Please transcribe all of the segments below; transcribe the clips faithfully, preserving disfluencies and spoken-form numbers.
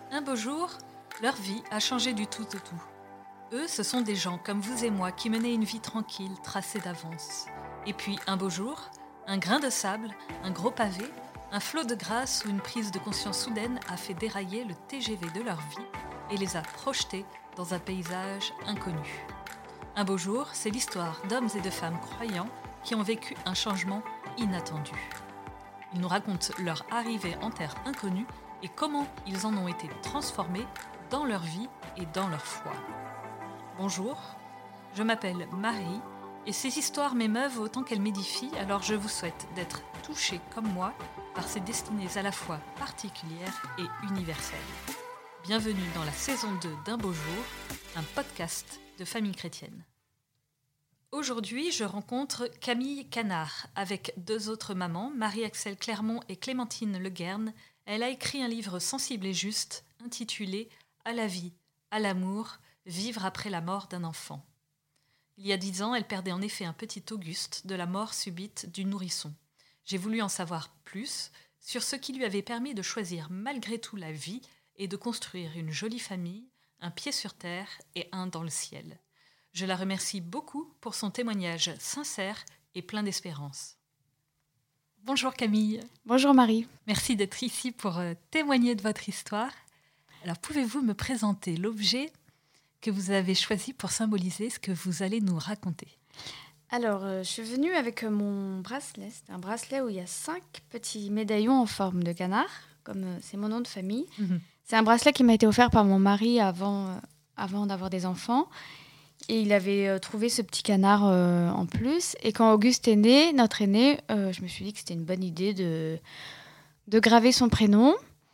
Un beau jour, leur vie a changé du tout au tout. Eux, ce sont des gens comme vous et moi qui menaient une vie tranquille, tracée d'avance. Et puis, un beau jour, un grain de sable, un gros pavé, un flot de grâce ou une prise de conscience soudaine a fait dérailler le T G V de leur vie et les a projetés dans un paysage inconnu. Un beau jour, c'est l'histoire d'hommes et de femmes croyants qui ont vécu un changement inattendu. Ils nous racontent leur arrivée en terre inconnue et comment ils en ont été transformés dans leur vie et dans leur foi. Bonjour, je m'appelle Marie et ces histoires m'émeuvent autant qu'elles m'édifient, alors je vous souhaite d'être touchés comme moi par ces destinées à la fois particulières et universelles. Bienvenue dans la saison deux d'Un beau jour, un podcast de famille chrétienne. Aujourd'hui, je rencontre Camille Canard avec deux autres mamans, Marie-Axelle Clermont et Clémentine Leguerne. Elle a écrit un livre sensible et juste intitulé « À la vie, à l'amour, vivre après la mort d'un enfant ». Il y a dix ans, elle perdait en effet un petit Auguste de la mort subite du nourrisson. J'ai voulu en savoir plus sur ce qui lui avait permis de choisir malgré tout la vie et de construire une jolie famille, un pied sur terre et un dans le ciel. Je la remercie beaucoup pour son témoignage sincère et plein d'espérance. Bonjour Camille. Bonjour Marie. Merci d'être ici pour témoigner de votre histoire. Alors pouvez-vous me présenter l'objet que vous avez choisi pour symboliser ce que vous allez nous raconter ? Alors, euh, je suis venue avec mon bracelet. C'est un bracelet où il y a cinq petits médaillons en forme de canard, comme euh, c'est mon nom de famille. Mmh. C'est un bracelet qui m'a été offert par mon mari avant, euh, avant d'avoir des enfants. Et il avait euh, trouvé ce petit canard euh, en plus. Et quand Auguste est né, notre aîné, euh, je me suis dit que c'était une bonne idée de, de graver son prénom.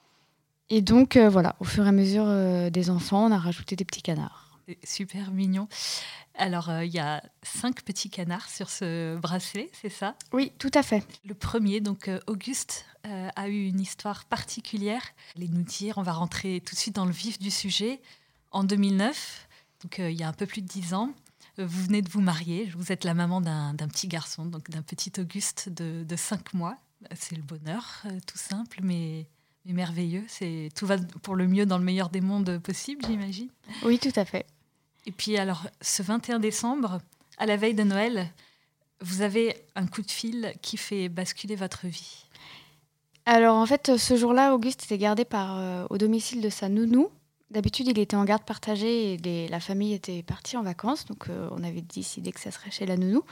Et donc, euh, voilà, au fur et à mesure euh, des enfants, on a rajouté des petits canards. C'est super mignon. Alors, il euh, y a cinq petits canards sur ce bracelet, c'est ça ? Oui, tout à fait. Le premier, donc euh, Auguste, euh, a eu une histoire particulière. Allez nous dire, on va rentrer tout de suite dans le vif du sujet. En deux mille neuf, donc euh, il y a un peu plus de dix ans, euh, vous venez de vous marier. Vous êtes la maman d'un, d'un petit garçon, donc d'un petit Auguste de, de cinq mois. C'est le bonheur, euh, tout simple, mais... mais merveilleux. C'est, tout va pour le mieux dans le meilleur des mondes possible, j'imagine. Oui, tout à fait. Et puis alors, ce vingt et un décembre, à la veille de Noël, vous avez un coup de fil qui fait basculer votre vie. Alors en fait, ce jour-là, Auguste était gardé par, euh, au domicile de sa nounou. D'habitude, il était en garde partagée et les, la famille était partie en vacances. Donc euh, on avait décidé que ça serait chez la nounou.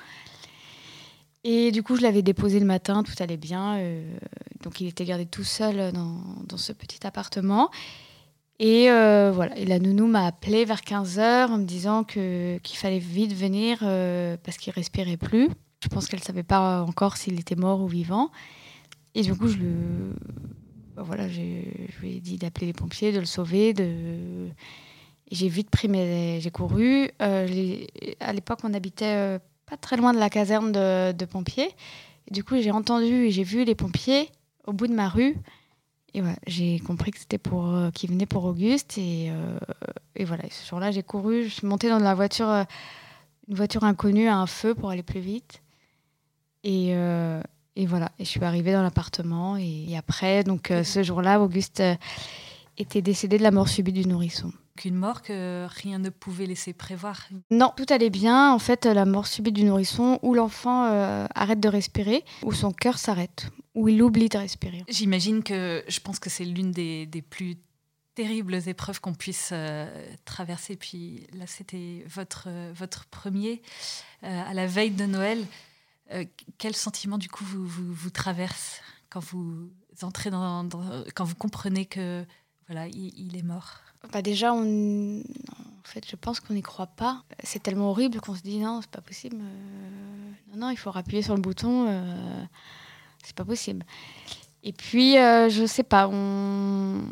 Et du coup, je l'avais déposé le matin, tout allait bien. Euh, donc il était gardé tout seul dans, dans ce petit appartement. Et euh, voilà, et la nounou m'a appelée vers quinze heures en me disant que, qu'il fallait vite venir euh, parce qu'il ne respirait plus. Je pense qu'elle ne savait pas encore s'il était mort ou vivant. Et du coup, je, le... ben voilà, j'ai... je lui ai dit d'appeler les pompiers, de le sauver. De... Et j'ai vite pris mes... J'ai couru. Euh, les... À l'époque, on habitait euh, pas très loin de la caserne de, de pompiers. Et du coup, j'ai entendu et j'ai vu les pompiers au bout de ma rue. Et voilà, j'ai compris que c'était pour euh, qu'ils venaient pour Auguste. Et, euh, et voilà, ce jour-là, j'ai couru. Je suis montée dans la voiture, euh, une voiture inconnue à un feu pour aller plus vite. Et, euh, et voilà, et je suis arrivée dans l'appartement. Et, et après, donc euh, ce jour-là, Auguste euh, était décédé de la mort subite du nourrisson. Une mort que rien ne pouvait laisser prévoir. Non, tout allait bien. En fait, la mort subite du nourrisson, où l'enfant euh, arrête de respirer, où son cœur s'arrête, où il oublie de respirer. J'imagine que, je pense que c'est l'une des, des plus terribles épreuves qu'on puisse euh, traverser. Puis là, c'était votre, euh, votre premier, euh, à la veille de Noël. Euh, quel sentiment, du coup, vous, vous, vous traverse quand vous entrez dans, dans... quand vous comprenez que, voilà, il, il est mort ? Bah déjà, on... en fait, je pense qu'on n'y croit pas. C'est tellement horrible qu'on se dit non, c'est pas possible. Euh... Non, non, il faut appuyer sur le bouton. Euh... C'est pas possible. Et puis, euh, je sais pas. On...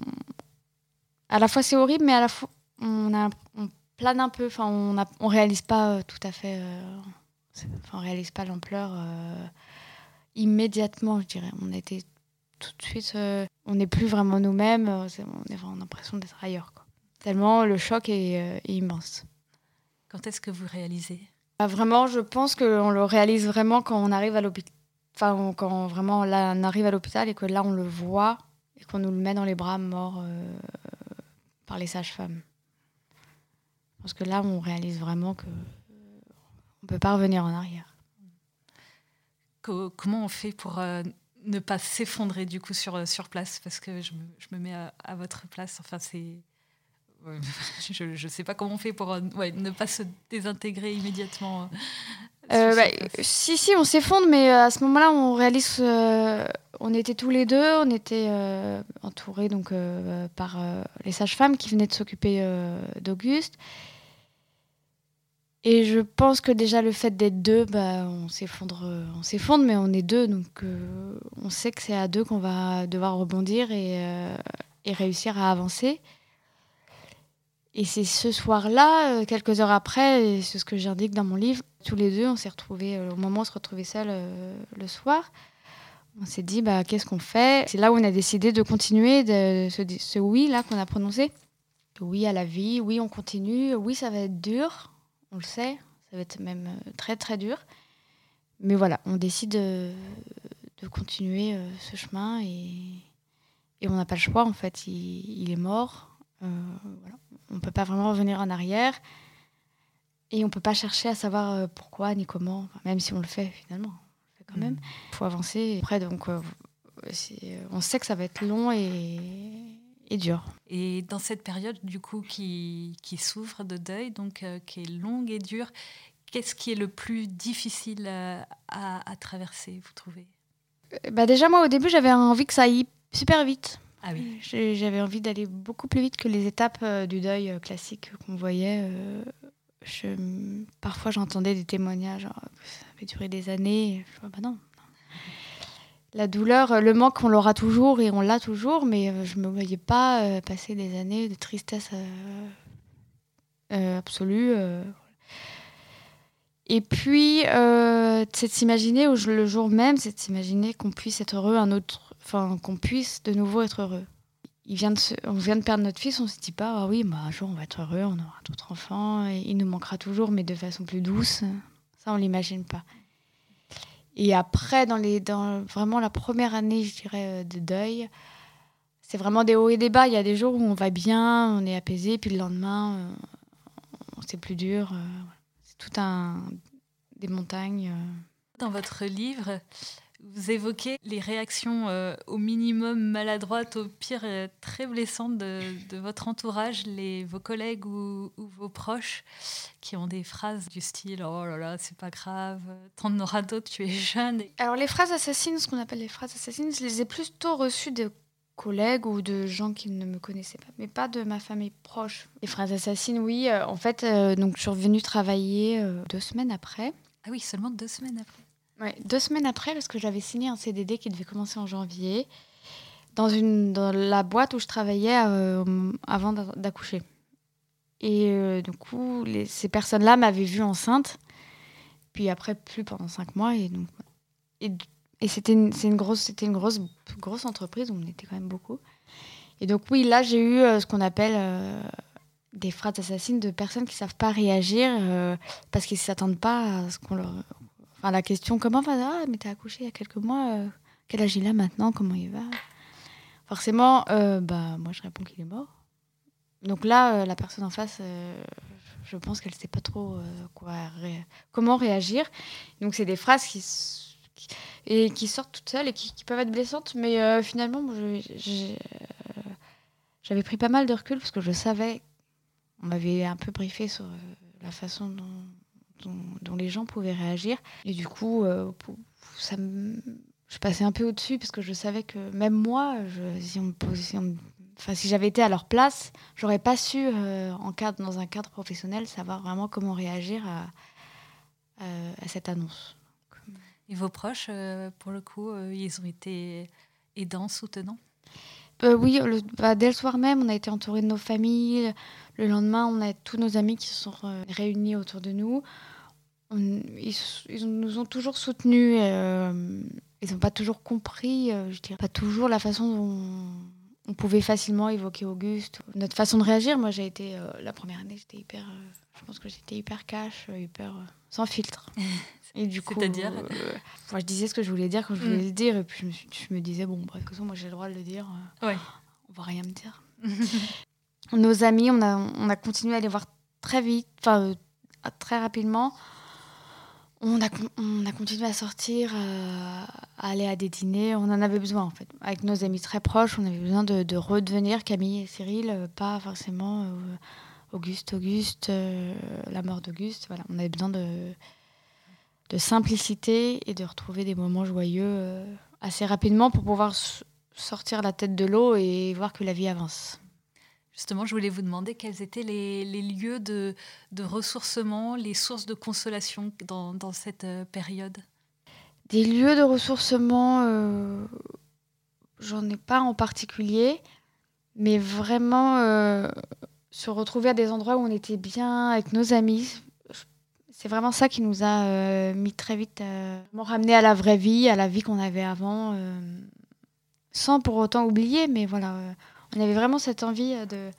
À la fois, c'est horrible, mais à la fois, on, a... on plane un peu. Enfin, on a... on réalise pas euh, tout à fait. Euh... Enfin, on réalise pas l'ampleur euh... immédiatement, je dirais. On a été tout de suite. Euh... On n'est plus vraiment nous-mêmes. On a vraiment l'impression d'être ailleurs, quoi. Tellement le choc est, euh, est immense. Quand est-ce que vous réalisez ? Bah, vraiment, je pense qu'on le réalise vraiment quand on arrive à l'hôpital. Enfin, quand vraiment là, on arrive à l'hôpital et que là, on le voit et qu'on nous le met dans les bras mort. Euh, par les sages-femmes. Parce que là, on réalise vraiment qu'on ne peut pas revenir en arrière. Comment on fait pour euh, ne pas s'effondrer du coup sur, sur place? Parce que je me, je me mets à, à votre place. Enfin, c'est... je ne sais pas comment on fait pour euh, ouais, ne pas se désintégrer immédiatement. Euh, bah, si, si, on s'effondre, mais à ce moment-là, on réalise... Euh, on était tous les deux, on était euh, entourés donc, euh, par euh, les sages-femmes qui venaient de s'occuper euh, d'Auguste. Et je pense que déjà le fait d'être deux, bah, on s'effondre, on s'effondre, mais on est deux, donc euh, on sait que c'est à deux qu'on va devoir rebondir et, euh, et réussir à avancer. Et c'est ce soir-là, quelques heures après, et c'est ce que j'indique dans mon livre, tous les deux, on s'est retrouvés, au moment où on se retrouvait seuls euh, le soir, on s'est dit, bah, qu'est-ce qu'on fait? C'est là où on a décidé de continuer de, ce, ce oui-là qu'on a prononcé. Oui à la vie, oui on continue, oui ça va être dur, on le sait, ça va être même très très dur. Mais voilà, on décide de, de continuer euh, ce chemin et, et on n'a pas le choix en fait, il, il est mort. Euh, voilà. On ne peut pas vraiment revenir en arrière et on ne peut pas chercher à savoir euh, pourquoi ni comment, enfin, même si on le fait finalement, on le fait quand même. Il faut avancer. Après, donc, euh, c'est, on sait que ça va être long et, et dur. Et dans cette période du coup qui, qui s'ouvre de deuil, donc euh, qui est longue et dure, qu'est-ce qui est le plus difficile à, à, à traverser, vous trouvez? Bah déjà, moi, au début, j'avais envie que ça aille super vite. Ah oui. J'avais envie d'aller beaucoup plus vite que les étapes euh, du deuil euh, classique qu'on voyait. Euh, je, parfois, j'entendais des témoignages, genre, ça avait duré des années. Je vois, bah non, non. La douleur, le manque, on l'aura toujours et on l'a toujours, mais euh, je ne me voyais pas euh, passer des années de tristesse euh, euh, absolue. Euh. Et puis, euh, c'est de s'imaginer, au, le jour même, c'est de s'imaginer qu'on puisse être heureux un autre, enfin, qu'on puisse de nouveau être heureux. Il vient de se, on vient de perdre notre fils, on ne se dit pas, ah oui, bah, un jour on va être heureux, on aura d'autres enfants, et il nous manquera toujours, mais de façon plus douce. Ça, on ne l'imagine pas. Et après, dans, les, dans vraiment la première année, je dirais, de deuil, c'est vraiment des hauts et des bas. Il y a des jours où on va bien, on est apaisé, puis le lendemain, euh, c'est plus dur. Euh, c'est tout un... des montagnes. Euh. Dans votre livre, vous évoquez les réactions euh, au minimum maladroites, au pire euh, très blessantes de, de votre entourage, les, vos collègues ou, ou vos proches, qui ont des phrases du style « Oh là là, c'est pas grave, t'en auras d'autres, tu es jeune ». Alors les phrases assassines, ce qu'on appelle les phrases assassines, je les ai plutôt reçues de collègues ou de gens qui ne me connaissaient pas, mais pas de ma famille proche. Les phrases assassines, oui. Euh, en fait, euh, donc, je suis revenue travailler euh, deux semaines après. Ah oui, seulement deux semaines après. Ouais, deux semaines après, parce que j'avais signé un C D D qui devait commencer en janvier, dans, une, dans la boîte où je travaillais euh, avant d'accoucher. Et euh, du coup, les, ces personnes-là m'avaient vue enceinte, puis après, plus pendant cinq mois. Et, donc, et, et c'était, une, c'est une, grosse, c'était une grosse, grosse entreprise, où on était quand même beaucoup. Et donc oui, là, j'ai eu euh, ce qu'on appelle euh, des phrases assassines de personnes qui ne savent pas réagir euh, parce qu'ils ne s'attendent pas à ce qu'on leur... Enfin, la question, comment va? Ah, mais t'as accouché il y a quelques mois, euh, quel âge il a maintenant, comment il va? Forcément, euh, bah, moi, je réponds qu'il est mort. Donc là, euh, la personne en face, euh, je pense qu'elle ne sait pas trop euh, quoi ré... comment réagir. Donc c'est des phrases qui... qui... et qui sortent toutes seules et qui, qui peuvent être blessantes, mais euh, finalement, moi, je, j'ai... j'avais pris pas mal de recul parce que je savais, on m'avait un peu briefé sur euh, la façon dont, dont, dont les gens pouvaient réagir. Et du coup, euh, ça me... je passais un peu au-dessus parce que je savais que même moi, je, si, on me posait, si, on me... enfin, si j'avais été à leur place, j'aurais pas su, euh, en cadre, dans un cadre professionnel, savoir vraiment comment réagir à, à, à cette annonce. Et vos proches, euh, pour le coup, euh, ils ont été aidants, soutenants? Euh, oui, le, bah, dès le soir même, on a été entourés de nos familles. Le lendemain, on a tous nos amis qui se sont euh, réunis autour de nous. On, ils, ils nous ont toujours soutenus. Euh, ils n'ont pas toujours compris, euh, je dirais, pas toujours la façon dont on pouvait facilement évoquer Auguste. Notre façon de réagir, moi, j'ai été, euh, la première année, j'étais hyper, euh, je pense que j'étais hyper cash, hyper, euh, sans filtre. Et du coup, c'est-à-dire euh, moi, je disais ce que je voulais dire quand je voulais mm. le dire, et puis je me, suis, je me disais, bon, bah, de toute façon, moi, j'ai le droit de le dire. Euh, ouais. On va rien me dire. Nos amis, on a, on a continué à les voir très vite, enfin euh, très rapidement. On a, on a continué à sortir, euh, à aller à des dîners. On en avait besoin, en fait. Avec nos amis très proches, on avait besoin de, de redevenir Camille et Cyril, euh, pas forcément euh, Auguste, Auguste, euh, la mort d'Auguste. Voilà, on avait besoin de, de simplicité et de retrouver des moments joyeux euh, assez rapidement pour pouvoir s- sortir la tête de l'eau et voir que la vie avance. Justement, je voulais vous demander quels étaient les, les lieux de, de ressourcement, les sources de consolation dans, dans cette euh, période. Des lieux de ressourcement, euh, j'en ai pas en particulier, mais vraiment euh, se retrouver à des endroits où on était bien avec nos amis. C'est vraiment ça qui nous a euh, mis très vite, euh, ramené à la vraie vie, à la vie qu'on avait avant, euh, sans pour autant oublier, mais voilà, euh, on avait vraiment cette envie euh, de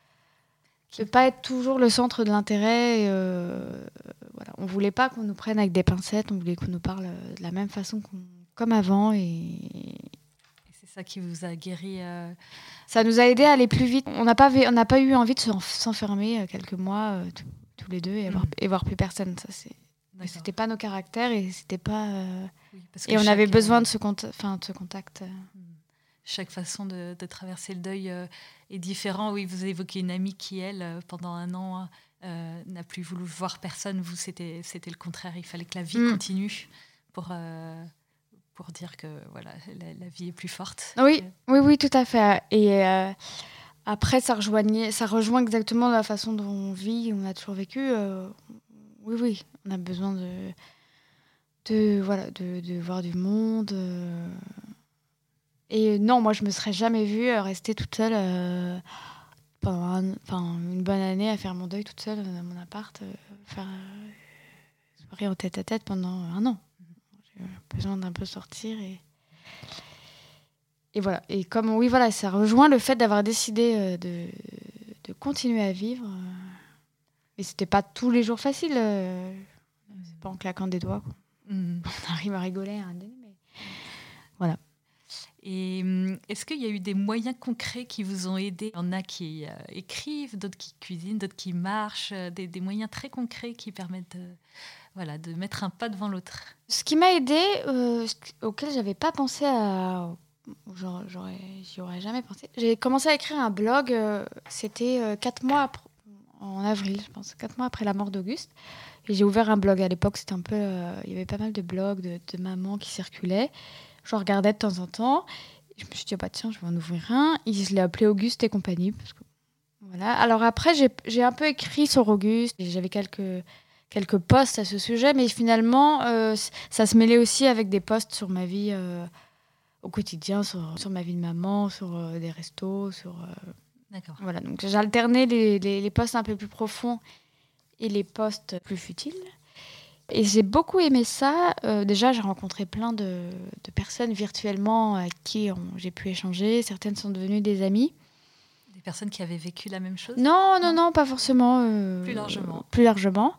ne pas être toujours le centre de l'intérêt. Et, euh, voilà. On ne voulait pas qu'on nous prenne avec des pincettes, on voulait qu'on nous parle de la même façon qu'on, comme avant. Et... et c'est ça qui vous a guéri euh... Ça nous a aidé à aller plus vite. On n'a pas, on n'a pas eu envie de s'enfermer quelques mois euh, t- tous les deux et, avoir, mmh. et voir plus personne. Ça, c'est... C'était pas nos caractères et c'était pas. Euh... Oui, parce que et on avait besoin de ce, cont- de ce contact. Chaque façon de, de traverser le deuil euh, est différent. Oui, vous évoquez une amie qui, elle, pendant un an, euh, n'a plus voulu voir personne. Vous, c'était, c'était le contraire. Il fallait que la vie mmh. continue pour, euh, pour dire que voilà, la, la vie est plus forte. Oui, oui, oui, tout à fait. Et euh, après, ça, rejoignait, ça rejoint exactement la façon dont on vit, on a toujours vécu. Euh, oui, oui, on a besoin de, de, voilà, de, de voir du monde. Euh... Et non, moi, je me serais jamais vue rester toute seule euh, pendant un, une bonne année à faire mon deuil toute seule dans mon appart, euh, faire euh, soirée en tête-à-tête pendant un an. J'ai besoin d'un peu sortir et... Et voilà. Et comme, oui, voilà, ça rejoint le fait d'avoir décidé euh, de, de continuer à vivre. Euh, et c'était pas tous les jours facile. Euh, c'est pas en claquant des doigts, quoi. Mmh. On arrive à rigoler à un dîner, mais voilà. Et est-ce qu'il y a eu des moyens concrets qui vous ont aidé ? Il y en a qui euh, écrivent, d'autres qui cuisinent, d'autres qui marchent, euh, des, des moyens très concrets qui permettent de, voilà, de mettre un pas devant l'autre. Ce qui m'a aidé, euh, auquel j'avais pas pensé à... Genre, j'aurais, j'y aurais jamais pensé. J'ai commencé à écrire un blog, euh, c'était euh, quatre mois après, en avril, je pense, quatre mois après la mort d'Auguste. Et j'ai ouvert un blog à l'époque, c'était un peu... Euh, il y avait pas mal de blogs de, de mamans qui circulaient. Je regardais de temps en temps. Je me suis dit, oh bah tiens, je vais en ouvrir un. Et je l'ai appelé Auguste et compagnie. Parce que, voilà. Alors après, j'ai, j'ai un peu écrit sur Auguste. Et j'avais quelques, quelques posts à ce sujet. Mais finalement, euh, ça se mêlait aussi avec des posts sur ma vie euh, au quotidien, sur, sur ma vie de maman, sur euh, des restos. Sur, euh... D'accord. Voilà, donc j'alternais les, les, les posts un peu plus profonds et les posts plus futiles. Et j'ai beaucoup aimé ça. Euh, déjà, j'ai rencontré plein de, de personnes virtuellement avec qui on, j'ai pu échanger. Certaines sont devenues des amies. Des personnes qui avaient vécu la même chose ? Non, non, non, non pas forcément. Euh, plus largement. Plus largement.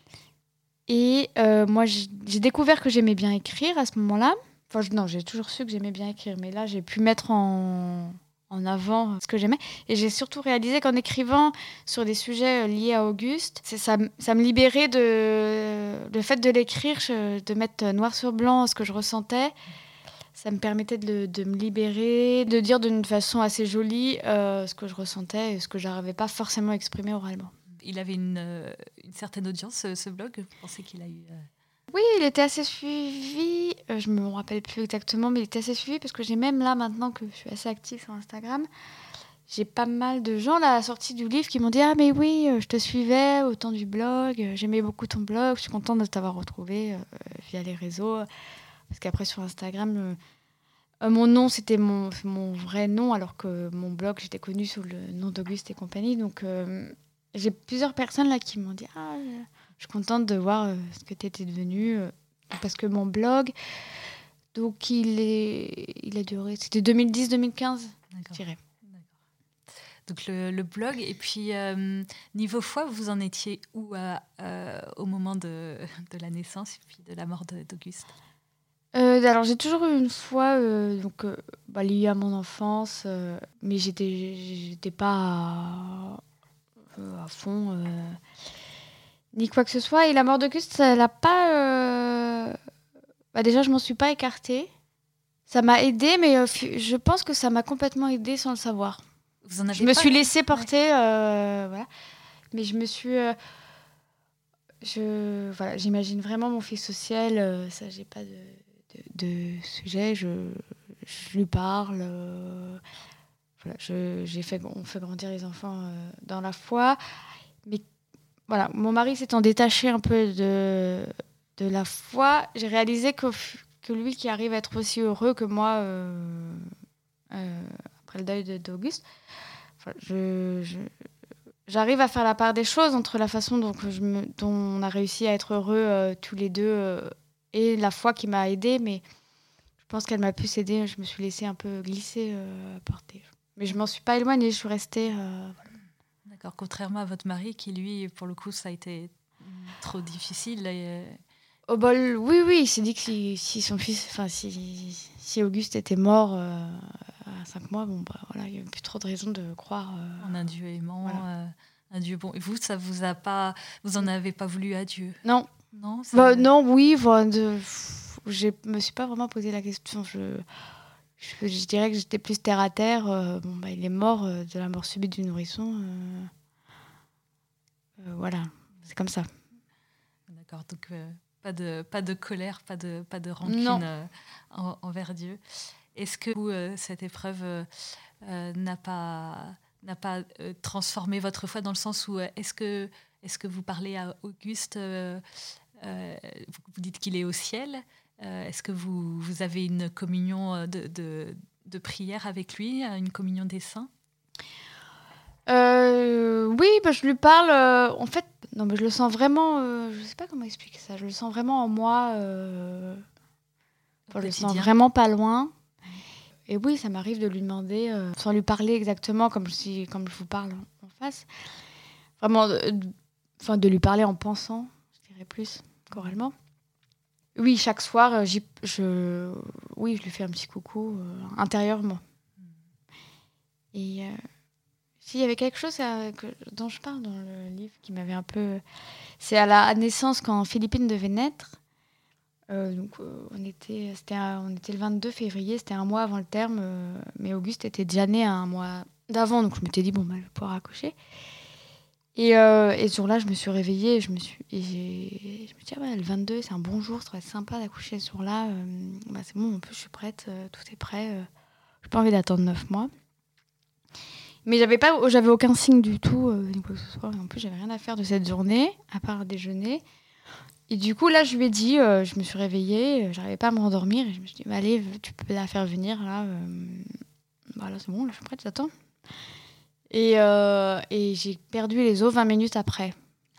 Et euh, moi, j'ai, j'ai découvert que j'aimais bien écrire à ce moment-là. Enfin, je, non, j'ai toujours su que j'aimais bien écrire. Mais là, j'ai pu mettre en... en avant ce que j'aimais. Et j'ai surtout réalisé qu'en écrivant sur des sujets liés à Auguste, c'est, ça, ça me libérait de le fait de l'écrire, de mettre noir sur blanc ce que je ressentais. Ça me permettait de, de me libérer, de dire d'une façon assez jolie euh, ce que je ressentais et ce que je n'arrivais pas forcément à exprimer oralement. Il avait une, euh, une certaine audience, ce, ce blog. Vous pensez qu'il a eu... Euh... Oui, il était assez suivi. Euh, je ne me rappelle plus exactement, mais il était assez suivi parce que j'ai même là, maintenant que je suis assez active sur Instagram, j'ai pas mal de gens là, à la sortie du livre qui m'ont dit « Ah mais oui, euh, je te suivais au temps du blog, euh, j'aimais beaucoup ton blog, je suis contente de t'avoir retrouvé euh, via les réseaux. » Parce qu'après sur Instagram, euh, euh, mon nom c'était mon, mon vrai nom, alors que mon blog j'étais connue sous le nom d'Auguste et compagnie. Donc euh, j'ai plusieurs personnes là qui m'ont dit « Ah, je, je suis contente de voir euh, ce que tu étais devenue. Euh, » Parce que mon blog, donc il, est, il a duré, c'était deux mille dix deux mille quinze, je dirais. Donc le, le blog, et puis euh, niveau foi, vous en étiez où euh, euh, au moment de, de la naissance et puis de la mort de, d'Auguste ? euh, Alors j'ai toujours eu une foi euh, donc, euh, bah, liée à mon enfance, euh, mais j'étais, j'étais pas peu à fond, euh, ni quoi que ce soit. Et la mort d'Auguste, ça l'a pas... Euh... Bah déjà, je m'en suis pas écartée. Ça m'a aidée, mais euh, je pense que ça m'a complètement aidée sans le savoir. Vous en avez je me pas suis vu laissée porter, ouais. euh, voilà. Mais je me suis... Euh... Je, voilà, j'imagine vraiment mon fils au ciel. Euh, ça, j'ai pas de, de, de sujet. Je, je lui parle. Euh, voilà, je, j'ai fait, on fait grandir les enfants euh, dans la foi. Mais voilà, mon mari s'étant détaché un peu de, de la foi, j'ai réalisé que, que lui qui arrive à être aussi heureux que moi euh, euh, après le deuil de, d'Auguste, enfin, je, je, j'arrive à faire la part des choses entre la façon dont, je me, dont on a réussi à être heureux euh, tous les deux euh, et la foi qui m'a aidée, mais je pense qu'elle m'a plus aidée. Je me suis laissée un peu glisser euh, à porter. Mais je m'en suis pas éloignée, je suis restée... Euh, D'accord, contrairement à votre mari qui, lui, pour le coup, ça a été trop difficile. Et... Oh bah, oui, oui, il s'est dit que si, si son fils, enfin si, si Auguste était mort euh, à cinq mois, bon bah voilà, il n'y avait plus trop de raisons de croire euh, en un Dieu aimant, voilà. euh, un Dieu bon. Et vous, ça vous a pas, vous en avez pas voulu à Dieu? Non, non, ça... bah, non, oui, voilà, de, je me suis pas vraiment posé la question. Je, je, je dirais que j'étais plus terre à terre. Euh, bon bah il est mort euh, de la mort subite du nourrisson. Euh, euh, voilà, c'est comme ça. D'accord, donc euh, pas de pas de colère, pas de pas de rancune euh, en, envers Dieu. Est-ce que vous, euh, cette épreuve euh, euh, n'a pas n'a pas euh, transformé votre foi dans le sens où euh, est-ce que est-ce que vous parlez à Auguste, euh, euh, vous, vous dites qu'il est au ciel, euh, est-ce que vous vous avez une communion de de, de prière avec lui, une communion des saints? Euh, oui, bah, je lui parle. Euh, en fait, non, mais je le sens vraiment. Euh, je sais pas comment expliquer ça. Je le sens vraiment en moi. Euh, enfin, je le sens vraiment pas loin. Et oui, ça m'arrive de lui demander, euh, sans lui parler exactement comme si, comme je vous parle en, en face. Vraiment, de, de, enfin, de lui parler en pensant, je dirais plus, choralement. Oui, chaque soir, euh, j'y, je, oui, je lui fais un petit coucou euh, intérieurement. Et euh, s'il y avait quelque chose euh, que, dont je parle dans le livre qui m'avait un peu... C'est à la naissance, quand Philippine devait naître. Euh, donc, euh, on, était, c'était un, on était le vingt-deux février, c'était un mois avant le terme. Euh, mais Auguste était déjà né un mois d'avant, donc je m'étais dit, bon, bah, je vais pouvoir accoucher. Et, euh, et ce jour-là, je me suis réveillée et je me suis, et j'ai, je me suis dit, ah bah, le vingt-deux, c'est un bon jour, ça va être sympa d'accoucher ce jour-là. Euh, bah, c'est bon, en plus, je suis prête, euh, tout est prêt. Euh, j'ai pas envie d'attendre neuf mois. Mais j'avais pas, j'avais aucun signe du tout, euh, ni quoi que ce soit. En plus, j'avais rien à faire de cette journée, à part déjeuner. Et du coup, là, je lui ai dit, euh, je me suis réveillée, euh, j'arrivais pas à me rendormir. Et je me suis dit, bah, allez, tu peux la faire venir, là. Euh, bah, là, c'est bon, là, je suis prête, j'attends. Et, euh, et j'ai perdu les os vingt minutes après.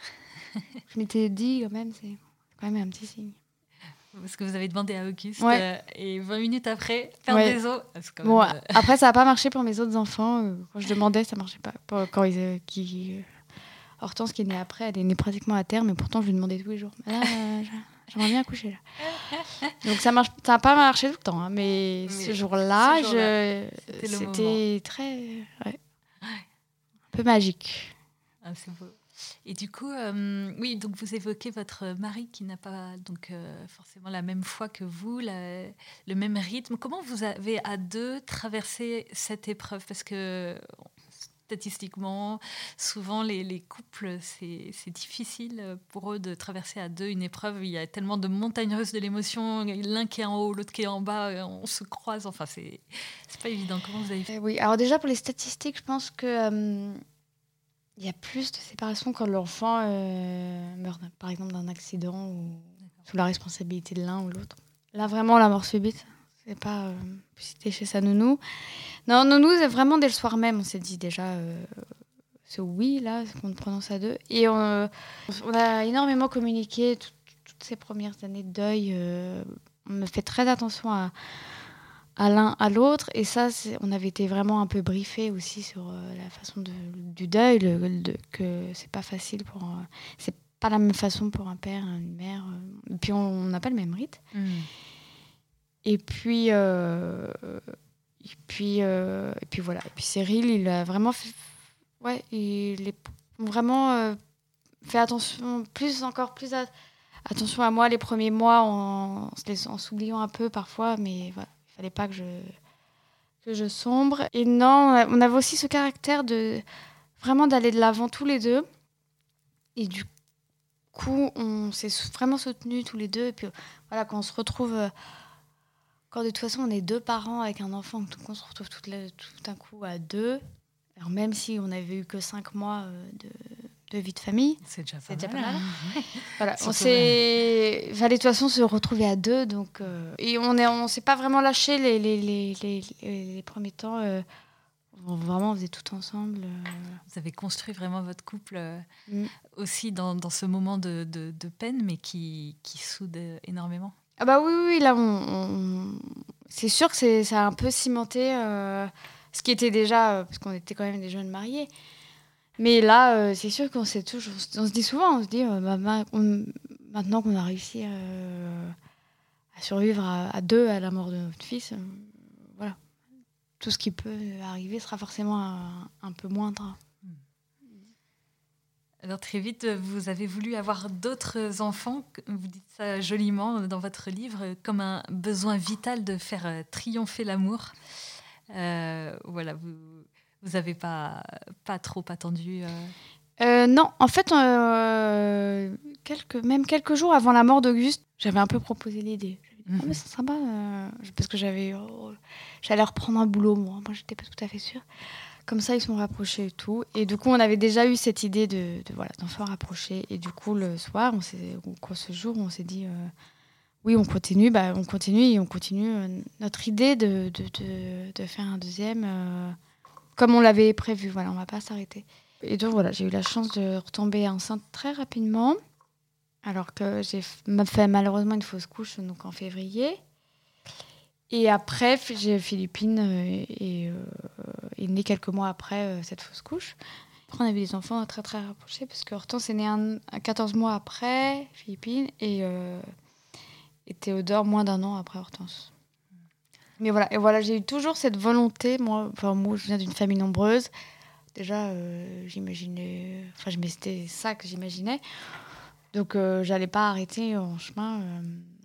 Je m'étais dit, quand même, c'est quand même un petit signe. Parce que vous avez demandé à Auguste, ouais. euh, et vingt minutes après, perdre ouais. des os. C'est quand bon, même, euh... Après, ça n'a pas marché pour mes autres enfants. Euh, quand je demandais, ça ne marchait pas. Pour, quand ils, euh, qui, euh, Hortense, qui est née après, elle est née pratiquement à terme, mais pourtant, je lui demandais tous les jours. Là, euh, j'aimerais bien accoucher, là. Donc, ça n'a ça pas marché tout le temps. Hein, mais, mais ce jour-là, ce jour-là je... c'était, c'était très... Ouais. Un peu magique. Ah, c'est beau. Et du coup, euh, oui, donc vous évoquez votre mari qui n'a pas donc euh, forcément la même foi que vous, la, le même rythme. Comment vous avez à deux traversé cette épreuve? Parce que statistiquement, souvent les, les couples, c'est, c'est difficile pour eux de traverser à deux une épreuve. Il y a tellement de montagnes russes de l'émotion, l'un qui est en haut, l'autre qui est en bas, on se croise. Enfin, c'est, c'est pas évident. Comment vous avez fait? Euh, oui, alors déjà pour les statistiques, je pense que euh, il y a plus de séparation quand l'enfant euh, meurt, par exemple, d'un accident ou D'accord. sous la responsabilité de l'un ou l'autre. Là, vraiment, la mort subite, c'est pas euh, cité chez sa nounou. Non, nounou, c'est vraiment dès le soir même, on s'est dit déjà, euh, c'est oui, là, qu'on prononce à deux. Et on, euh, on a énormément communiqué tout, toutes ces premières années de deuil. Euh, on a fait très attention à, à l'un, à l'autre. Et ça, c'est, on avait été vraiment un peu briefés aussi sur euh, la façon de, du deuil, le, le, que c'est pas facile pour... Euh, c'est pas la même façon pour un père, une mère. Euh, et puis, on n'a pas le même rite. Mmh. Et puis... Euh, Et puis, euh, et puis voilà. Et puis Cyril, il a vraiment fait... Ouais, il est... ont vraiment euh, fait attention, plus encore plus à, attention à moi les premiers mois en, en, se laissant, en s'oubliant un peu parfois, mais voilà, il fallait pas que je, que je sombre. Et non, on avait aussi ce caractère de vraiment d'aller de l'avant tous les deux. Et du coup, on s'est vraiment soutenus tous les deux. Et puis voilà, quand on se retrouve, euh, quand de toute façon on est deux parents avec un enfant, donc on se retrouve tout, le, tout un coup à deux. Alors même si on n'avait eu que cinq mois euh, de, de vie de famille, c'est déjà pas c'est déjà mal. pas mal. Hein. Voilà, on s'est, il fallait de toute façon se retrouver à deux, donc euh... et on est, on s'est pas vraiment lâché les les les les, les, les premiers temps. Euh... Vraiment, on faisait tout ensemble. Euh... Vous avez construit vraiment votre couple euh, mm. aussi dans, dans ce moment de, de, de peine, mais qui, qui soude énormément. Ah bah oui, oui, là, on, on... c'est sûr que c'est, ça a un peu cimenté euh, ce qui était déjà, euh, parce qu'on était quand même des jeunes mariés. Mais là, euh, c'est sûr qu'on s'est toujours, on se dit souvent, on se dit, euh, bah, on, maintenant qu'on a réussi euh, à survivre à, à deux à la mort de notre fils, euh, voilà. Tout ce qui peut arriver sera forcément un, un peu moindre. Alors très vite, vous avez voulu avoir d'autres enfants, vous dites ça joliment dans votre livre, comme un besoin vital de faire triompher l'amour. Euh, voilà, vous n'avez pas, pas trop attendu euh... Euh, non, en fait, euh, quelques, même quelques jours avant la mort d'Auguste, j'avais un peu proposé l'idée. Mmh. Oh, mais c'est sympa, euh, parce que j'avais, oh, j'allais reprendre un boulot, moi. Moi, j'étais pas tout à fait sûre. Comme ça, ils se sont rapprochés et tout. Et du coup, on avait déjà eu cette idée de, de voilà, d'enfants rapprochés. Et du coup, le soir, on s'est, ou ce jour, on s'est dit, euh, oui, on continue, bah, on continue et on continue euh, notre idée de, de, de, de faire un deuxième, euh, comme on l'avait prévu. Voilà, on va pas s'arrêter. Et donc voilà, j'ai eu la chance de retomber enceinte très rapidement, alors que j'ai fait malheureusement une fausse couche donc en février. Et après, j'ai Philippine euh, et, euh, est née quelques mois après euh, cette fausse couche. Après, on avait des enfants très très rapprochés parce que Hortense est née un, un quatorze mois après Philippine et, euh, et Théodore moins d'un an après Hortense. Mais voilà, et voilà, j'ai eu toujours cette volonté, moi, enfin moi, je viens d'une famille nombreuse. Déjà, euh, j'imaginais... Enfin, c'était ça que j'imaginais. Donc, euh, j'allais pas arrêter en chemin. Euh...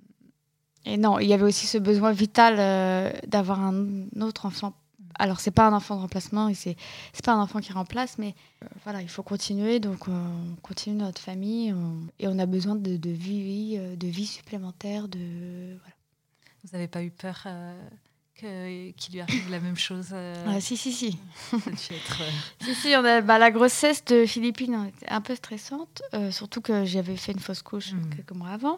Et non, il y avait aussi ce besoin vital euh, d'avoir un autre enfant. Alors, c'est pas un enfant de remplacement, et c'est, c'est pas un enfant qui remplace, mais euh, voilà, il faut continuer. Donc, euh, on continue notre famille on... et on a besoin de, de vie, de vie supplémentaire. De... Voilà. Vous n'avez pas eu peur euh... Que, qu'il lui arrive la même chose euh... ah, Si, si, si. Ça a dû être... Euh... si, si, on a, bah, la grossesse de Philippine était un peu stressante, euh, surtout que j'avais fait une fausse couche mmh. quelques mois avant.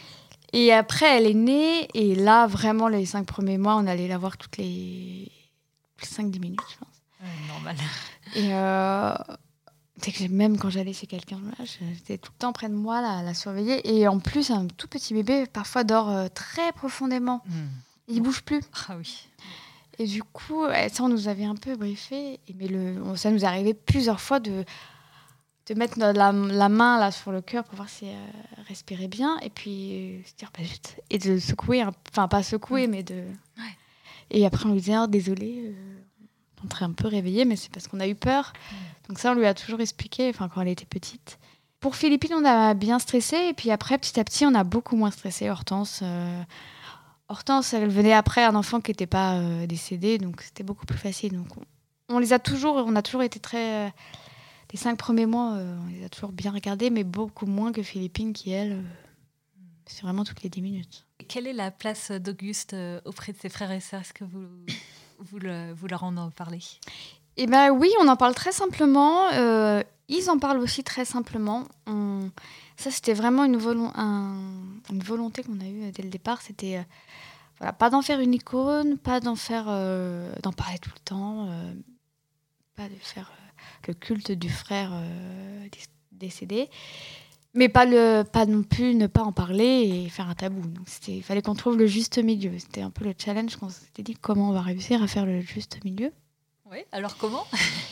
Et après, elle est née, et là, vraiment, les cinq premiers mois, on allait la voir toutes les cinq dix minutes, je pense. Ouais, normal. Et euh, c'est que même quand j'allais chez quelqu'un, j'étais tout le temps près de moi, là, à la surveiller. Et en plus, un tout petit bébé, parfois, dort euh, très profondément. Mmh. Il ne bouge plus. Ah oui. Et du coup, ça, on nous avait un peu briefé. Mais le, ça nous arrivait plusieurs fois de, de mettre la, la main là, sur le cœur pour voir si elle euh, respirait bien. Et puis, euh, se dire, bah, juste, et de secouer. Enfin, pas secouer, mmh. mais de... Ouais. Et après, on lui disait, oh, désolé, euh, on est un peu réveillé, mais c'est parce qu'on a eu peur. Mmh. Donc ça, on lui a toujours expliqué, enfin, quand elle était petite. Pour Philippine, on a bien stressé. Et puis après, petit à petit, on a beaucoup moins stressé. Hortense... Euh, Hortense, elle venait après un enfant qui n'était pas euh, décédé, donc c'était beaucoup plus facile. Donc on, on les a toujours, on a toujours été très, euh, les cinq premiers mois, euh, on les a toujours bien regardés, mais beaucoup moins que Philippine qui elle, euh, c'est vraiment toutes les dix minutes. Quelle est la place d'Auguste euh, auprès de ses frères et sœurs ? Est-ce que vous, vous, le, vous leur en parlez ? Eh ben oui, on en parle très simplement. Euh, ils en parlent aussi très simplement. On... Ça, c'était vraiment une, volo- un... une volonté qu'on a eue dès le départ. C'était euh, voilà, pas d'en faire une icône, pas d'en faire, euh, d'en parler tout le temps, euh, pas de faire euh, le culte du frère euh, décédé, mais pas, le, pas non plus ne pas en parler et faire un tabou. Donc, il fallait qu'on trouve le juste milieu. C'était un peu le challenge qu'on s'était dit, comment on va réussir à faire le juste milieu. Oui, alors comment ?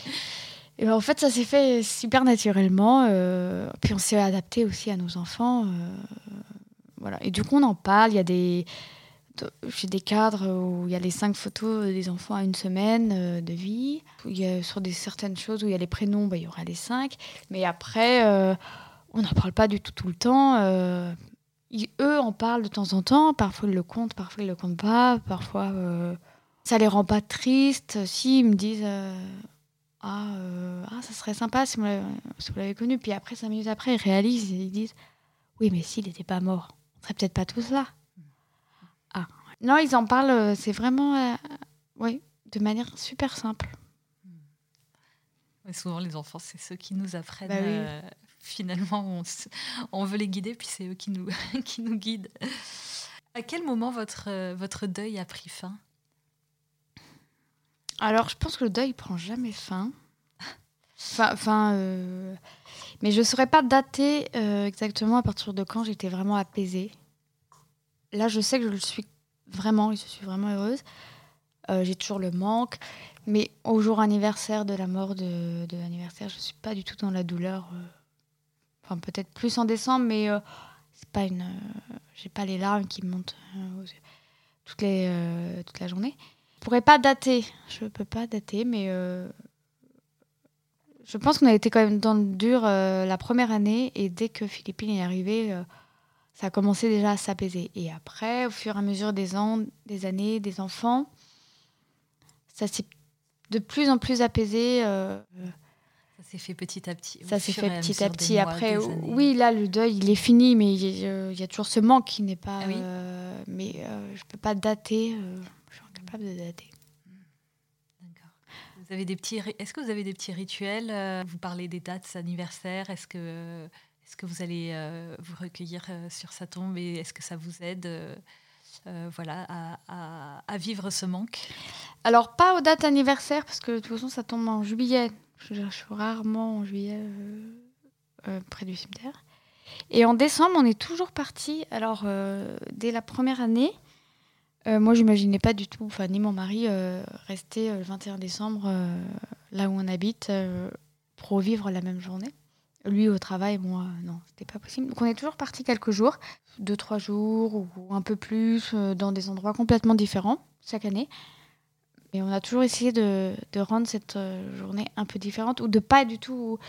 Et ben, en fait, ça s'est fait super naturellement. Euh, puis on s'est adapté aussi à nos enfants. Euh, voilà. Et du coup, on en parle. Il y a des, J'ai des cadres où il y a les cinq photos des enfants à une semaine euh, de vie. Il y a, sur des, certaines choses où il y a les prénoms, bah, il y aura les cinq. Mais après, euh, on n'en parle pas du tout tout le temps. Euh, ils, eux en parlent de temps en temps. Parfois, ils le comptent, parfois, ils ne le comptent pas. Parfois, euh, ça les rend pas tristes. Si, ils me disent euh, ah, euh, ah, ça serait sympa si vous l'avez, si vous l'avez connu. Puis après, cinq minutes après, ils réalisent et ils disent oui, mais s'il n'était pas mort, on serait peut-être pas tous là. Ah. Non, ils en parlent, euh, c'est vraiment, euh, oui, de manière super simple. Et souvent, les enfants, c'est ceux qui nous apprennent. Bah oui. euh, finalement, on, s- on veut les guider, puis c'est eux qui nous, qui nous guident. À quel moment votre, euh, votre deuil a pris fin ? Alors, je pense que le deuil prend jamais fin. Enfin, enfin euh, mais je ne saurais pas dater euh, exactement à partir de quand j'étais vraiment apaisée. Là, je sais que je le suis vraiment, et je suis vraiment heureuse. Euh, j'ai toujours le manque, mais au jour anniversaire de la mort de, de l'anniversaire, je ne suis pas du tout dans la douleur. euh. Enfin, peut-être plus en décembre, mais euh, c'est pas une. Euh, j'ai pas les larmes qui me montent euh, aux yeux toutes les, euh, toute la journée. Je pourrais pas dater. Je peux pas dater, mais euh, je pense qu'on a été quand même dans le dur euh, la première année, et dès que Philippine est arrivée, euh, ça a commencé déjà à s'apaiser. Et après, au fur et à mesure des ans, des années, des enfants, ça s'est de plus en plus apaisé. Euh, Ça s'est fait petit à petit. Ça au s'est fur fait et à petit à mesure des petit. mois, Après, des années. oui, là, le deuil, il est fini, mais il y, a, il y a toujours ce manque qui n'est pas... Ah oui euh, mais euh, je ne peux pas dater. Euh, je suis incapable de dater. D'accord. Vous avez des petits, ri- est-ce que vous avez des petits rituels euh, Vous parlez des dates anniversaires. Est-ce que, est-ce que vous allez euh, vous recueillir euh, sur sa tombe et est-ce que ça vous aide euh, euh, voilà, à, à, à vivre ce manque ? Alors, pas aux dates anniversaires, parce que de toute façon, ça tombe en juillet. Je, je suis rarement en juillet euh, euh, près du cimetière. Et en décembre, on est toujours partis. Alors, euh, dès la première année, euh, moi, j'imaginais pas du tout, enfin, ni mon mari, euh, rester euh, le vingt et un décembre, euh, là où on habite, euh, pour revivre la même journée. Lui au travail, moi, non, c'était pas possible. Donc, on est toujours partis quelques jours, deux, trois jours ou un peu plus, euh, dans des endroits complètement différents, chaque année. Et on a toujours essayé de, de rendre cette euh, journée un peu différente, ou de pas du tout...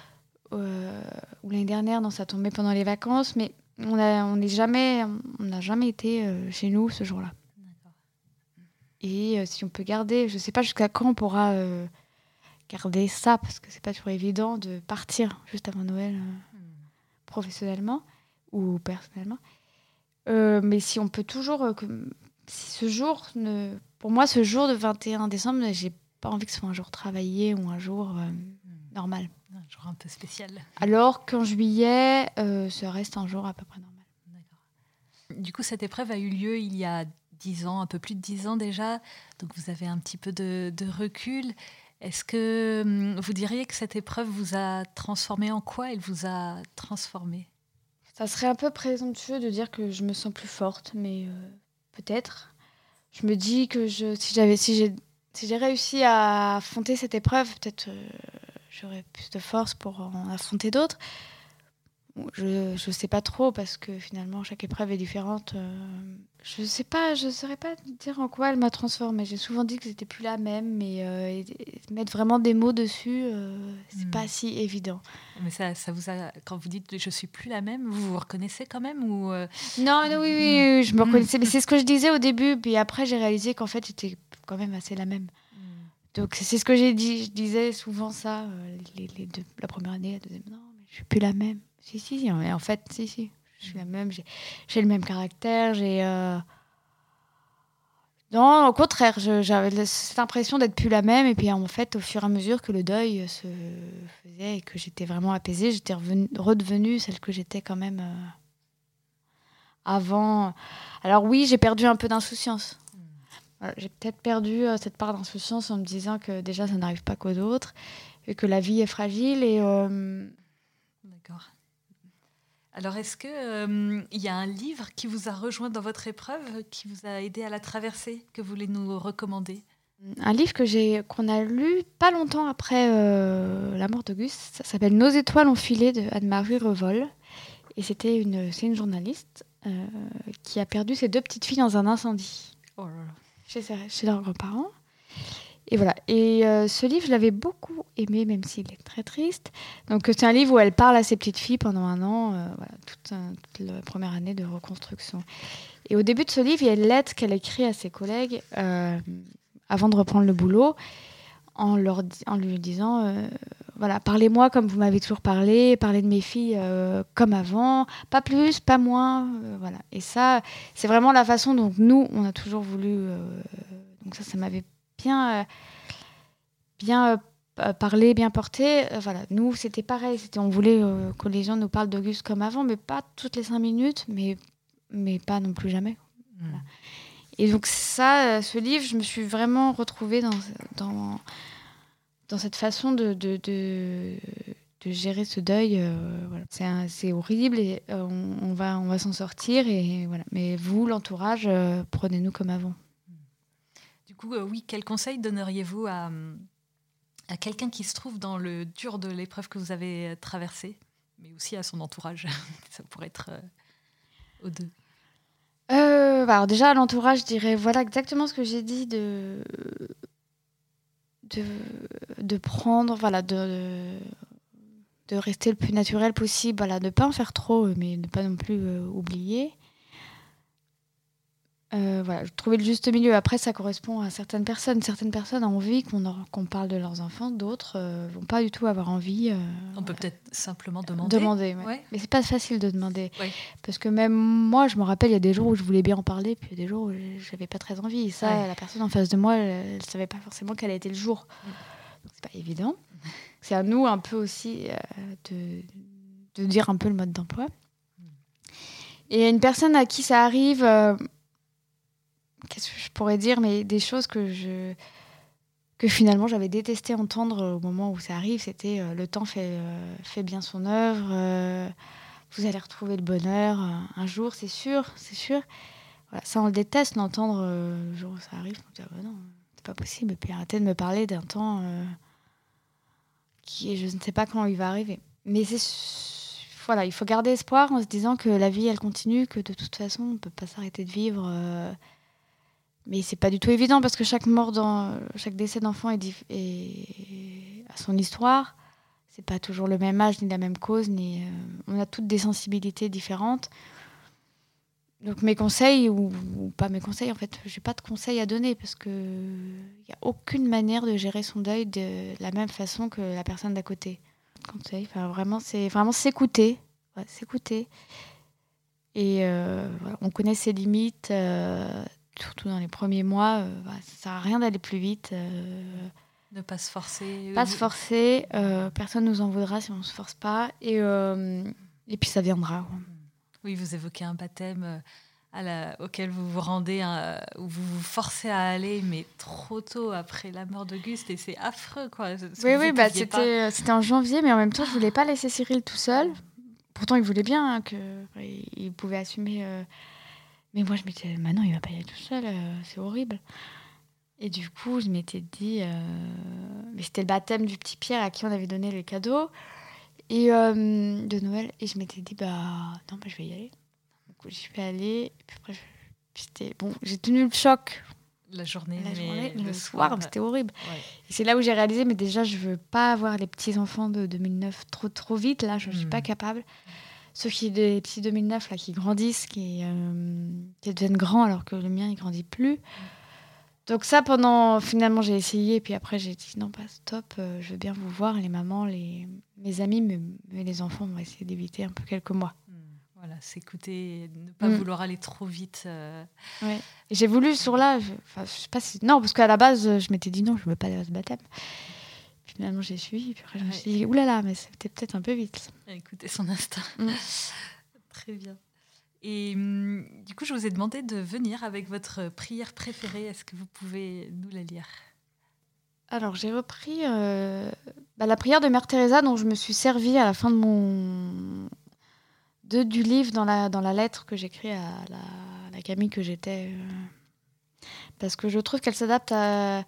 Euh, ou l'année dernière, non, ça tombait pendant les vacances, mais on a, on n'est jamais, on n'a jamais été euh, chez nous ce jour-là. D'accord. Et euh, si on peut garder, je ne sais pas jusqu'à quand on pourra euh, garder ça, parce que c'est pas toujours évident de partir juste avant Noël, euh, Hmm. professionnellement ou personnellement. Euh, mais si on peut toujours, euh, que, si ce jour, ne, pour moi, ce jour de vingt et un décembre, j'ai pas envie que ce soit un jour travaillé ou un jour euh, Hmm. normal. Un jour un peu spécial. Alors qu'en juillet, euh, ça reste un jour à peu près normal. D'accord. Du coup, cette épreuve a eu lieu il y a dix ans, un peu plus de dix ans déjà. Donc, vous avez un petit peu de, de recul. Est-ce que hum, vous diriez que cette épreuve vous a transformé en quoi elle vous a transformé ? Ça serait un peu présomptueux de dire que je me sens plus forte, mais euh, peut-être. Je me dis que je, si, j'avais, si, j'ai, si j'ai réussi à affronter cette épreuve, peut-être euh, j'aurais plus de force pour en affronter d'autres. Je ne sais pas trop parce que finalement chaque épreuve est différente. Euh, je sais pas, je saurais pas dire en quoi elle m'a transformée. J'ai souvent dit que c'était plus la même, mais euh, et, et mettre vraiment des mots dessus, euh, c'est Mm. pas si évident. Mais ça, ça vous a, quand vous dites je suis plus la même, vous vous reconnaissez quand même ou euh, Non, non, oui, oui, Mm. oui, je me Mm. reconnaissais. Mais c'est ce que je disais au début, puis après j'ai réalisé qu'en fait j'étais quand même assez la même. Mm. Donc c'est ce que j'ai dit. Je disais souvent ça, euh, les, les deux, la première année, la deuxième. Non, mais je suis plus la même. Si, si, si. En fait, si, si. Je suis la même. J'ai, j'ai le même caractère. J'ai. Euh... Non, au contraire, je, j'avais cette impression d'être plus la même. Et puis en fait, au fur et à mesure que le deuil se faisait et que j'étais vraiment apaisée, j'étais revenue, redevenue celle que j'étais quand même euh, avant. Alors oui, j'ai perdu un peu d'insouciance. Voilà, j'ai peut-être perdu euh, cette part d'insouciance en me disant que déjà ça n'arrive pas qu'aux autres et que la vie est fragile. Et euh... D'accord. Alors, est-ce qu'il euh, y a un livre qui vous a rejoint dans votre épreuve, qui vous a aidé à la traverser, que vous voulez nous recommander ? Un livre que j'ai, qu'on a lu pas longtemps après euh, la mort d'Auguste, ça s'appelle « Nos étoiles ont filé » de Anne-Marie Revol. Et c'était une, c'est une journaliste euh, qui a perdu ses deux petites filles dans un incendie Oh là là. chez, ses- chez leurs grands-parents. Et voilà. Et euh, ce livre, je l'avais beaucoup aimé, même s'il est très triste. Donc, euh, c'est un livre où elle parle à ses petites filles pendant un an, euh, voilà, toute, un- toute la première année de reconstruction. Et au début de ce livre, il y a une lettre qu'elle écrit à ses collègues euh, avant de reprendre le boulot, en, leur di- en lui disant euh, voilà, parlez-moi comme vous m'avez toujours parlé, parlez de mes filles euh, comme avant, pas plus, pas moins. Euh, voilà. Et ça, c'est vraiment la façon dont nous, on a toujours voulu. Euh, donc, ça, ça m'avait bien. Euh, bien euh, parler, bien porter. Euh, voilà, nous, c'était pareil. C'était, on voulait euh, que les gens nous parlent d'Auguste comme avant, mais pas toutes les cinq minutes, mais, mais pas non plus jamais. Mmh. Voilà. Et donc ça, euh, ce livre, je me suis vraiment retrouvée dans, dans, dans cette façon de, de, de, de gérer ce deuil. Euh, voilà. c'est, un, c'est horrible et euh, on, on va, on va s'en sortir. Et, voilà. Mais vous, l'entourage, euh, prenez-nous comme avant. Du coup, euh, oui, quel conseil donneriez-vous à, à quelqu'un qui se trouve dans le dur de l'épreuve que vous avez traversée, mais aussi à son entourage? Ça pourrait être euh, aux deux. Euh, bah alors déjà, à l'entourage, je dirais voilà exactement ce que j'ai dit de, de, de prendre, voilà, de, de rester le plus naturel possible, voilà, de ne pas en faire trop, mais de ne pas non plus euh, oublier. Euh, voilà, trouver le juste milieu. Après, ça correspond à certaines personnes. Certaines personnes ont envie qu'on, en- qu'on parle de leurs enfants, d'autres ne vont pas du tout avoir envie. Euh, On peut voilà. peut-être simplement demander. Demander, ouais. Ouais. Mais c'est pas facile de demander. Ouais. Parce que même moi, je me rappelle, il y a des jours où je voulais bien en parler, puis il y a des jours où j'avais pas très envie. Et ça, Ouais. la personne en face de moi, elle, elle savait pas forcément quel était le jour. Mm. Donc c'est pas évident. C'est à nous un peu aussi euh, de, de dire un peu le mode d'emploi. Mm. Et une personne à qui ça arrive, euh, qu'est-ce que je pourrais dire, mais des choses que je que finalement j'avais détesté entendre au moment où ça arrive, c'était euh, le temps fait, euh, fait bien son œuvre. Euh, Vous allez retrouver le bonheur euh, un jour, c'est sûr, c'est sûr. Voilà, ça, on le déteste, l'entendre euh, le jour où ça arrive. On dit, ah bah non, c'est pas possible. Et puis arrêtez de me parler d'un temps euh, qui, je ne sais pas quand il va arriver. Mais c'est, voilà, il faut garder espoir en se disant que la vie, elle continue, que de toute façon, on ne peut pas s'arrêter de vivre. Euh, mais c'est pas du tout évident parce que chaque mort, dans, chaque décès d'enfant est, dif- est a son histoire. C'est pas toujours le même âge, ni la même cause, ni euh, on a toutes des sensibilités différentes. Donc mes conseils, ou, ou pas mes conseils, en fait, j'ai pas de conseils à donner parce que il y a aucune manière de gérer son deuil de la même façon que la personne d'à côté. Conseil, enfin vraiment, c'est vraiment s'écouter, ouais, s'écouter. Et euh, voilà, on connaît ses limites, euh, surtout dans les premiers mois. Euh, bah, ça sert à rien d'aller plus vite. Euh, Ne pas se forcer. Pas se forcer, euh, personne nous en voudra si on ne se force pas. Et, euh, et puis ça viendra. Oui, vous évoquez un baptême à la, auquel vous vous rendez, hein, où vous vous forcez à aller, mais trop tôt après la mort d'Auguste, et c'est affreux, quoi. Oui, oui, bah, c'était, c'était en janvier, mais en même temps, je ne voulais pas laisser Cyril tout seul. Pourtant, il voulait bien, hein, qu'il pouvait assumer. Euh... Mais moi, je m'étais dit, bah non, il ne va pas y aller tout seul, euh, c'est horrible. Et du coup, je m'étais dit... Euh... Mais c'était le baptême du petit Pierre à qui on avait donné les cadeaux et, euh, de Noël. Et je m'étais dit, bah non, bah, je vais y aller. Donc, j'y suis allée. Et puis après, je... puis c'était... Bon, j'ai tenu le choc. La journée, la mais journée, le, le soir, soir, c'était horrible. Ouais. Et c'est là où j'ai réalisé, mais déjà, je veux pas avoir les petits-enfants de deux mille neuf trop, trop vite. Là, je ne mmh. suis pas capable. Ceux qui, les petits deux mille neuf, là, qui grandissent, qui, euh, qui deviennent grands alors que le mien, il grandit plus. Mmh. Donc ça, pendant... Finalement, j'ai essayé. Et puis après, j'ai dit, non, pas stop. Euh, je veux bien vous voir, les mamans, les... mes amis, mais, mais les enfants, on va essayer d'éviter un peu quelques mois. Mmh. Voilà, s'écouter, ne pas mmh. vouloir aller trop vite. Euh... Ouais. Et j'ai voulu sur là, je, je sais pas si, non, parce qu'à la base, je m'étais dit non, je veux pas ce baptême. Puis finalement, j'ai suivi. Puis après, je me suis dit, oulala, mais c'était peut-être un peu vite. Écouter son instinct. Mmh. Très bien. Et hum, du coup, je vous ai demandé de venir avec votre prière préférée. Est-ce que vous pouvez nous la lire ? Alors, j'ai repris euh, bah, la prière de Mère Teresa, dont je me suis servie à la fin de mon de, du livre dans la, dans la lettre que j'écris à la, à la Camille que j'étais. Euh, parce que je trouve qu'elle s'adapte à...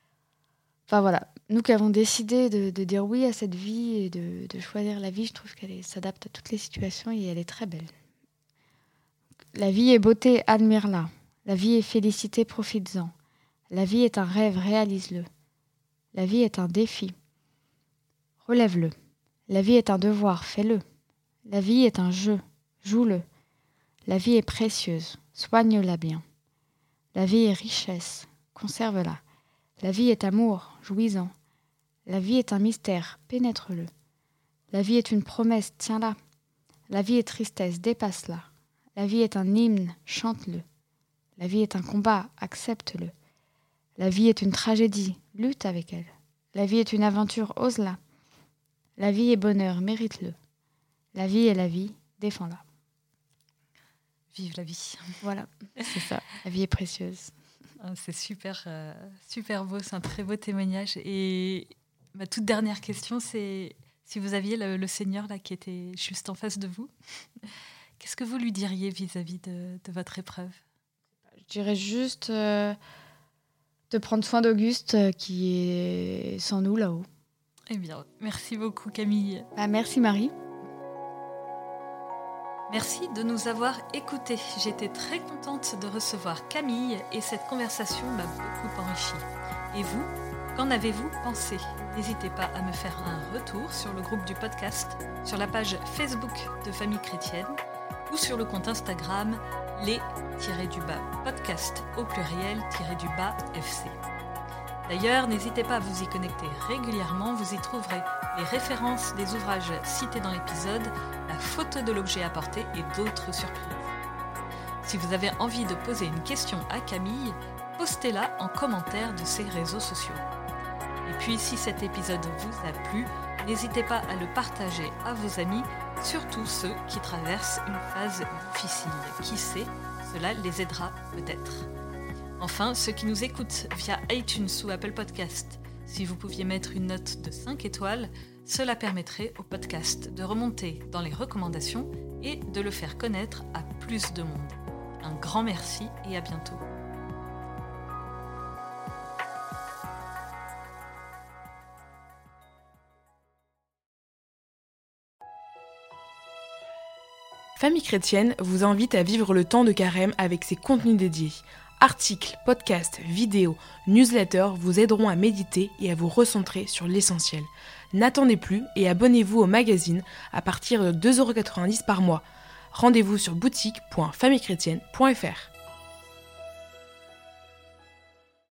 Enfin voilà, nous qui avons décidé de, de dire oui à cette vie et de, de choisir la vie, je trouve qu'elle est, s'adapte à toutes les situations et elle est très belle. La vie est beauté, admire-la. La vie est félicité, profites-en. La vie est un rêve, réalise-le. La vie est un défi. Relève-le. La vie est un devoir, fais-le. La vie est un jeu, joue-le. La vie est précieuse, soigne-la bien. La vie est richesse, conserve-la. La vie est amour, jouis-en. La vie est un mystère, pénètre-le. La vie est une promesse, tiens-la. La vie est tristesse, dépasse-la. La vie est un hymne, chante-le. La vie est un combat, accepte-le. La vie est une tragédie, lutte avec elle. La vie est une aventure, ose-la. La vie est bonheur, mérite-le. La vie est la vie, défends-la. Vive la vie. Voilà, c'est ça. La vie est précieuse. Ah, c'est super, euh, super beau, c'est un très beau témoignage. Et ma toute dernière question, c'est si vous aviez le, le Seigneur là, qui était juste en face de vous, qu'est-ce que vous lui diriez vis-à-vis de, de votre épreuve ? Je dirais juste euh, de prendre soin d'Auguste euh, qui est sans nous là-haut. Eh bien, merci beaucoup Camille. Bah, merci Marie. Merci de nous avoir écoutés. J'étais très contente de recevoir Camille et cette conversation m'a beaucoup enrichie. Et vous, qu'en avez-vous pensé ? N'hésitez pas à me faire un retour sur le groupe du podcast, sur la page Facebook de Famille Chrétienne ou sur le compte Instagram les-du-bas podcast au pluriel-du-bas F C. D'ailleurs, n'hésitez pas à vous y connecter régulièrement, vous y trouverez les références des ouvrages cités dans l'épisode, la photo de l'objet apporté et d'autres surprises. Si vous avez envie de poser une question à Camille, postez-la en commentaire de ses réseaux sociaux. Et puis, si cet épisode vous a plu, n'hésitez pas à le partager à vos amis, surtout ceux qui traversent une phase difficile. Qui sait, cela les aidera peut-être. Enfin, ceux qui nous écoutent via iTunes ou Apple Podcast, si vous pouviez mettre une note de cinq étoiles, cela permettrait au podcast de remonter dans les recommandations et de le faire connaître à plus de monde. Un grand merci et à bientôt. Famille Chrétienne vous invite à vivre le temps de carême avec ses contenus dédiés. Articles, podcasts, vidéos, newsletters vous aideront à méditer et à vous recentrer sur l'essentiel. N'attendez plus et abonnez-vous au magazine à partir de deux euros quatre-vingt-dix par mois. Rendez-vous sur boutique point famille chrétienne point f r.